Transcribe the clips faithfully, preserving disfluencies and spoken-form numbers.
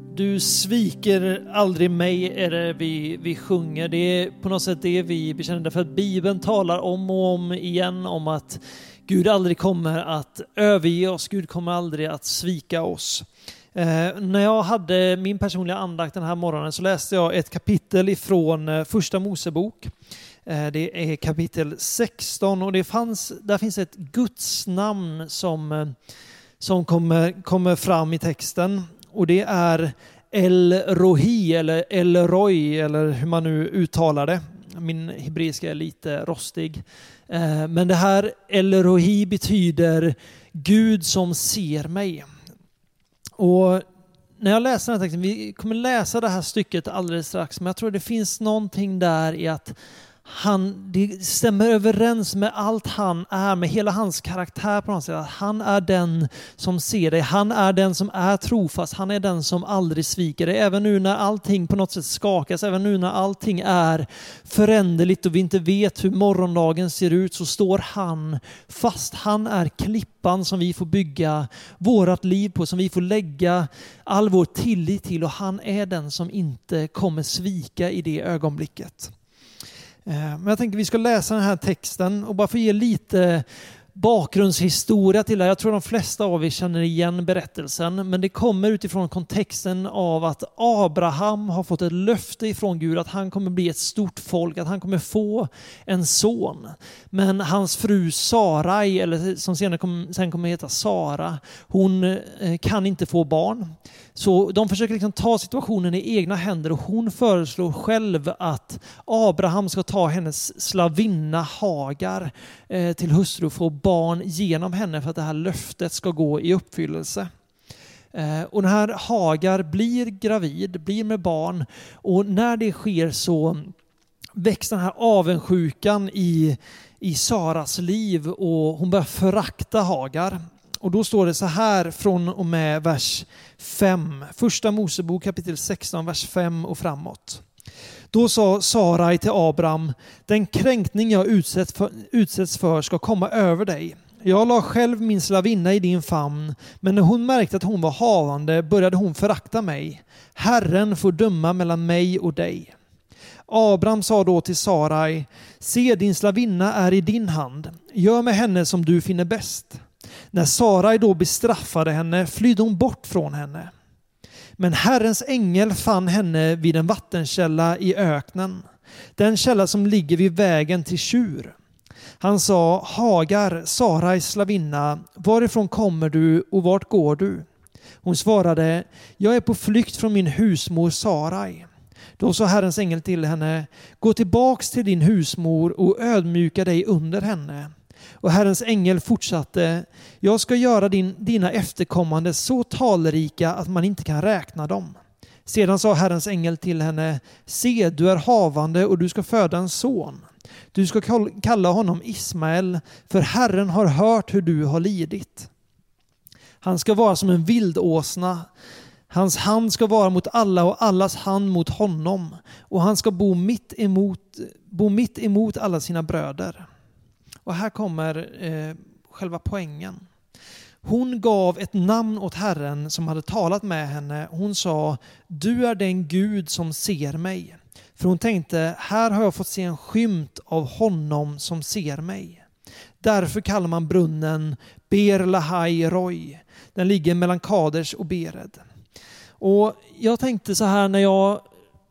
Du sviker aldrig mig är det vi, vi sjunger. Det är på något sätt det vi bekänner. Därför att Bibeln talar om och om igen om att Gud aldrig kommer att överge oss. Gud kommer aldrig att svika oss. Eh, när jag hade min personliga andakt den här morgonen så läste jag ett kapitel ifrån eh, första Mosebok. Eh, det är kapitel sexton och det fanns, där finns ett Guds namn som, eh, som kommer, kommer fram i texten. Och det är El Rohi eller El Roi eller hur man nu uttalar det. Min hebreiska är lite rostig. Eh, men det här El Rohi betyder Gud som ser mig. Och när jag läser den här texten, vi kommer läsa det här stycket alldeles strax, men jag tror det finns någonting där i att han, det stämmer överens med allt han är, med hela hans karaktär på något sätt. Att han är den som ser dig, han är den som är trofast, han är den som aldrig sviker dig. Även nu när allting på något sätt skakas, även nu när allting är föränderligt och vi inte vet hur morgondagen ser ut, så står han fast. Han är klippan som vi får bygga vårat liv på, som vi får lägga all vår tillit till, och han är den som inte kommer svika i det ögonblicket. Men jag tänker att vi ska läsa den här texten och bara få ge lite bakgrundshistoria till det. Jag tror de flesta av er känner igen berättelsen, men det kommer utifrån kontexten av att Abraham har fått ett löfte ifrån Gud att han kommer bli ett stort folk, att han kommer få en son. Men hans fru Sarai, eller som senare kom, sen kommer heta Sara, hon eh, kan inte få barn. Så de försöker liksom ta situationen i egna händer, och hon föreslår själv att Abraham ska ta hennes slavinna Hagar eh, till hustru och få barn genom henne för att det här löftet ska gå i uppfyllelse. Eh, och den här Hagar blir gravid, blir med barn, och när det sker så växer den här avundsjukan i, i Saras liv och hon börjar förakta Hagar. Och då står det så här från och med vers fem. Första Mosebok kapitel sexton, vers fem och framåt. Då sa Sarai till Abraham: den kränkning jag utsätts för, utsätts för ska komma över dig. Jag la själv min slavinna i din famn, men när hon märkte att hon var havande började hon förakta mig. Herren får döma mellan mig och dig. Abraham sa då till Sarai: se, din slavinna är i din hand. Gör med henne som du finner bäst. När Sarai då bestraffade henne flydde hon bort från henne. Men Herrens ängel fann henne vid en vattenkälla i öknen, den källa som ligger vid vägen till Shur. Han sa: Hagar, Sarais slavinna, varifrån kommer du och vart går du? Hon svarade: jag är på flykt från min husmor Sarai. Då sa Herrens ängel till henne: gå tillbaks till din husmor och ödmjuka dig under henne. Och Herrens ängel fortsatte: jag ska göra din, dina efterkommande så talrika att man inte kan räkna dem. Sedan sa Herrens ängel till henne: se, du är havande och du ska föda en son. Du ska kalla honom Ismael, för Herren har hört hur du har lidit. Han ska vara som en vildåsna. Hans hand ska vara mot alla och allas hand mot honom. Och han ska bo mitt emot, bo mitt emot alla sina bröder. Och här kommer eh, själva poängen. Hon gav ett namn åt Herren som hade talat med henne. Hon sa: du är den Gud som ser mig. För hon tänkte: här har jag fått se en skymt av honom som ser mig. Därför kallar man brunnen Ber Lahai Roi. Den ligger mellan Kaders och Bered. Och jag tänkte så här när jag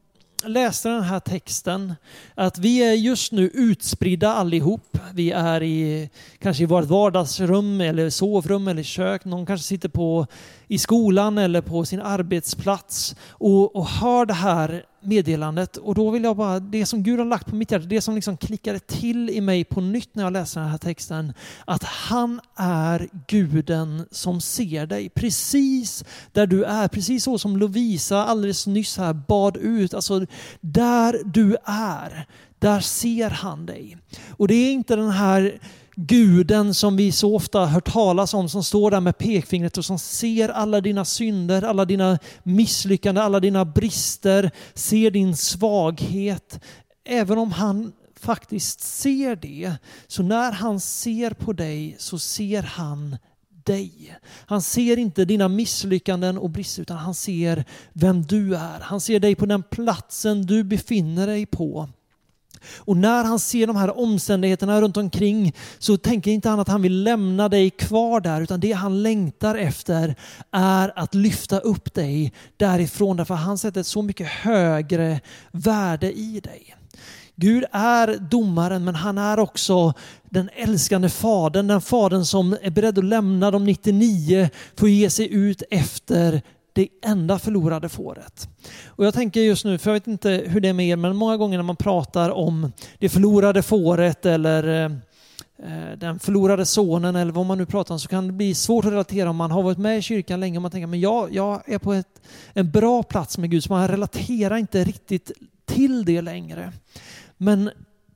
läste den här texten, att vi är just nu utspridda allihop. Vi är i kanske i vårt vardagsrum eller sovrum eller kök. Någon kanske sitter på i skolan eller på sin arbetsplats och, och hör det här meddelandet. Och då vill jag bara, det som Gud har lagt på mitt hjärta, det som liksom klickade till i mig på nytt när jag läste den här texten, att han är Guden som ser dig precis där du är, precis så som Lovisa alldeles nyss här bad ut. Alltså där du är, där ser han dig. Och det är inte den här Guden som vi så ofta hör talas om, som står där med pekfingret och som ser alla dina synder, alla dina misslyckanden, alla dina brister, ser din svaghet. Även om han faktiskt ser det, så när han ser på dig så ser han dig. Han ser inte dina misslyckanden och brister, utan han ser vem du är. Han ser dig på den platsen du befinner dig på. Och när han ser de här omständigheterna runt omkring så tänker inte han att han vill lämna dig kvar där, utan det han längtar efter är att lyfta upp dig därifrån, därför han sätter ett så mycket högre värde i dig. Gud är domaren, men han är också den älskande fadern, den fadern som är beredd att lämna de nittionio för att ge sig ut efter det enda förlorade fåret. Och jag tänker just nu, för jag vet inte hur det är med er, men många gånger när man pratar om det förlorade fåret eller eh, den förlorade sonen eller vad man nu pratar om, så kan det bli svårt att relatera om man har varit med i kyrkan länge och man tänker, men jag, jag är på ett, en bra plats med Gud, så man relaterar inte riktigt till det längre. Men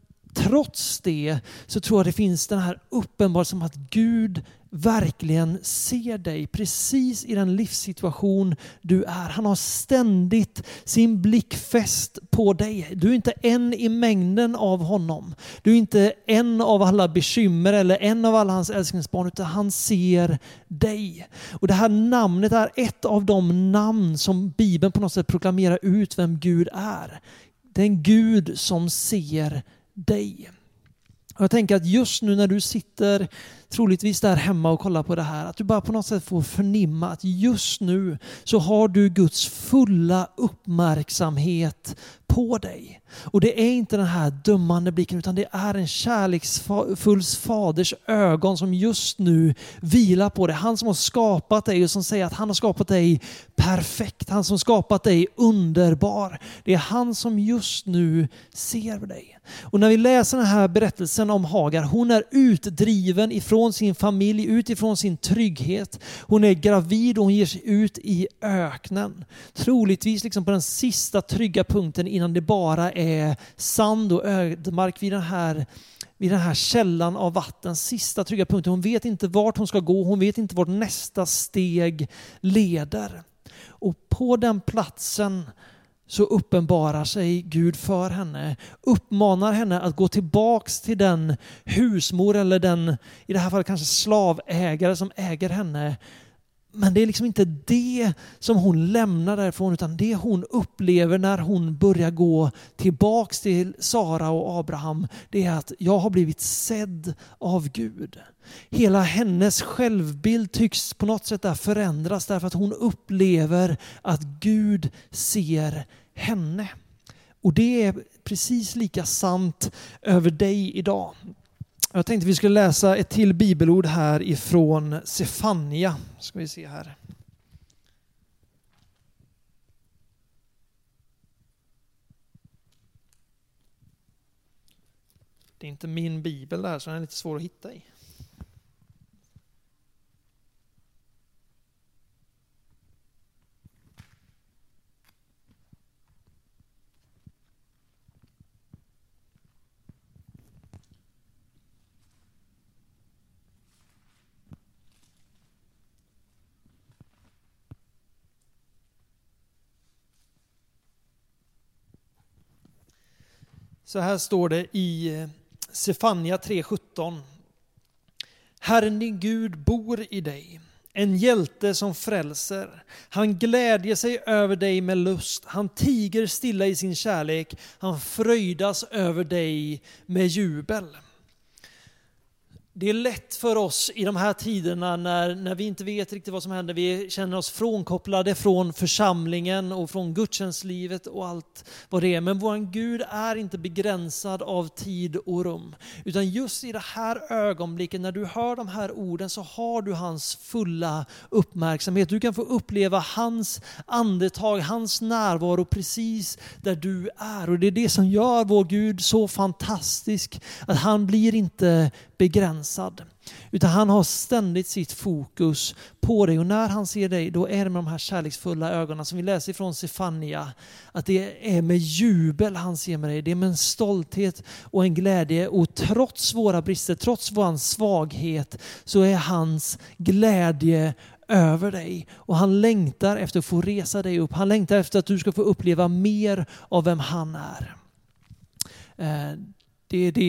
trots det så tror jag det finns den här uppenbarelsen som att Gud verkligen ser dig precis i den livssituation du är. Han har ständigt sin blick fäst på dig. Du är inte en i mängden av honom. Du är inte en av alla bekymmer eller en av alla hans älsklingsbarn, utan han ser dig. Och det här namnet är ett av de namn som Bibeln på något sätt proklamerar ut vem Gud är. Den Gud som ser dig. Och jag tänker att just nu när du sitter troligtvis där hemma och kollar på det här, att du bara på något sätt får förnimma att just nu så har du Guds fulla uppmärksamhet på dig. Och det är inte den här dömande blicken, utan det är en kärleksfull faders ögon som just nu vilar på dig. Han som har skapat dig och som säger att han har skapat dig perfekt. Han som skapat dig underbar. Det är han som just nu ser dig. Och när vi läser den här berättelsen om Hagar, hon är utdriven ifrån sin familj, utifrån sin trygghet. Hon är gravid och hon ger sig ut i öknen. Troligtvis liksom på den sista trygga punkten innan det bara är sand och ödemark vid den här vid den här källan av vatten, sista trygga punkten. Hon vet inte vart hon ska gå, hon vet inte vart nästa steg leder. Och på den platsen så uppenbarar sig Gud för henne, uppmanar henne att gå tillbaks till den husmor eller den, i det här fallet kanske slavägare som äger henne. Men det är liksom inte det som hon lämnar därifrån, utan det hon upplever när hon börjar gå tillbaks till Sara och Abraham, det är att jag har blivit sedd av Gud. Hela hennes självbild tycks på något sätt där förändras därför att hon upplever att Gud ser henne. Och det är precis lika sant över dig idag. Jag tänkte vi skulle läsa ett till bibelord här ifrån Sefania. Ska vi se här. Det är inte min bibel där, så den är lite svår att hitta i. Så här står det i Sefania tre sjutton. Herren din Gud bor i dig, en hjälte som frälser. Han glädjer sig över dig med lust. Han tiger stilla i sin kärlek. Han fröjdas över dig med jubel. Det är lätt för oss i de här tiderna när, när vi inte vet riktigt vad som händer. Vi känner oss frånkopplade från församlingen och från gudstjänstlivet och allt vad det är. Men vår Gud är inte begränsad av tid och rum. Utan just i det här ögonblicket när du hör de här orden så har du hans fulla uppmärksamhet. Du kan få uppleva hans andetag, hans närvaro precis där du är. Och det är det som gör vår Gud så fantastisk. Att han blir inte begränsad. Utan han har ständigt sitt fokus på dig. Och när han ser dig, då är det med de här kärleksfulla ögonen som vi läser ifrån Sefania. Att det är med jubel han ser med dig. Det är med en stolthet och en glädje. Och trots våra brister, trots vår svaghet, så är hans glädje över dig. Och han längtar efter att få resa dig upp. Han längtar efter att du ska få uppleva mer av vem han är. Det är det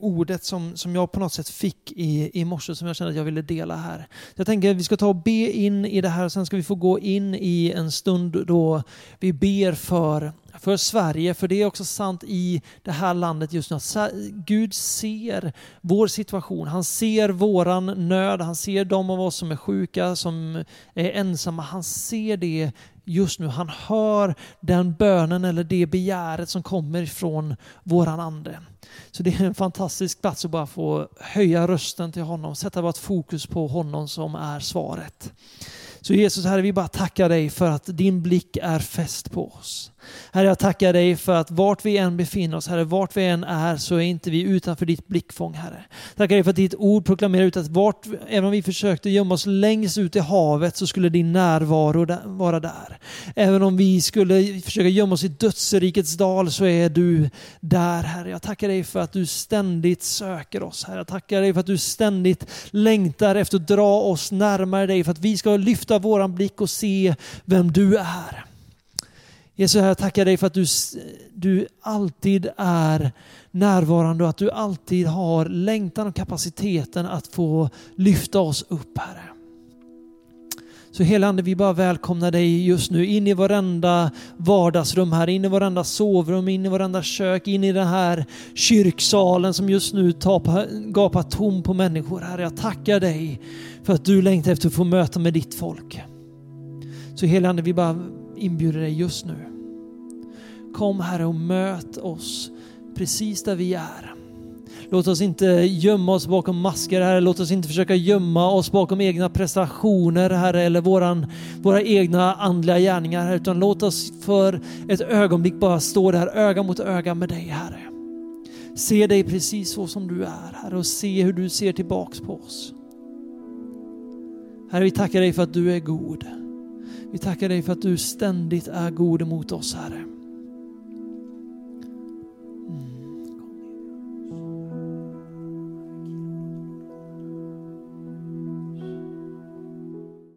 ordet som, som jag på något sätt fick i, i morse som jag kände att jag ville dela här. Jag tänker att vi ska ta och be in i det här och sen ska vi få gå in i en stund då vi ber för, för Sverige. För det är också sant i det här landet just nu att Gud ser vår situation. Han ser våran nöd. Han ser de av oss som är sjuka, som är ensamma. Han ser det just nu. Han hör den bönen eller det begäret som kommer ifrån våran ande. Så det är en fantastisk plats att bara få höja rösten till honom. Sätta vårt fokus på honom som är svaret. Så Jesus, Herre, vi bara tackar dig för att din blick är fäst på oss. Herre, jag tackar dig för att vart vi än befinner oss, Herre, vart vi än är så är inte vi utanför ditt blickfång, Herre. Tackar dig för att ditt ord proklamerar ut att vart, även om vi försökte gömma oss längst ut i havet så skulle din närvaro vara där. Även om vi skulle försöka gömma oss i dödsrikets dal så är du där, Herre. Jag tackar dig för att du ständigt söker oss, Herre. Jag tackar dig för att du ständigt längtar efter att dra oss närmare dig för att vi ska lyfta våran blick och se vem du är. Jesus, jag tackar dig för att du, du alltid är närvarande och att du alltid har längtan och kapaciteten att få lyfta oss upp, Herre. Så hela Ande, vi bara välkomnar dig just nu in i varenda vardagsrum här, in i varenda sovrum, in i varenda kök, in i den här kyrksalen som just nu tar, gapar tom på människor, Herre. Jag tackar dig för att du längtar efter att få möta med ditt folk. Så hela Ande, vi bara inbjuder dig just nu. Kom, Herre, och möt oss precis där vi är. Låt oss inte gömma oss bakom masker, Herre. Låt oss inte försöka gömma oss bakom egna prestationer, Herre, eller våran, våra egna andliga gärningar, Herre. Utan låt oss för ett ögonblick bara stå där öga mot öga med dig, Herre. Se dig precis så som du är, Herre, och se hur du ser tillbaks på oss. Herre, vi tackar dig för att du är god. Vi tackar dig för att du ständigt är god emot oss, Herre.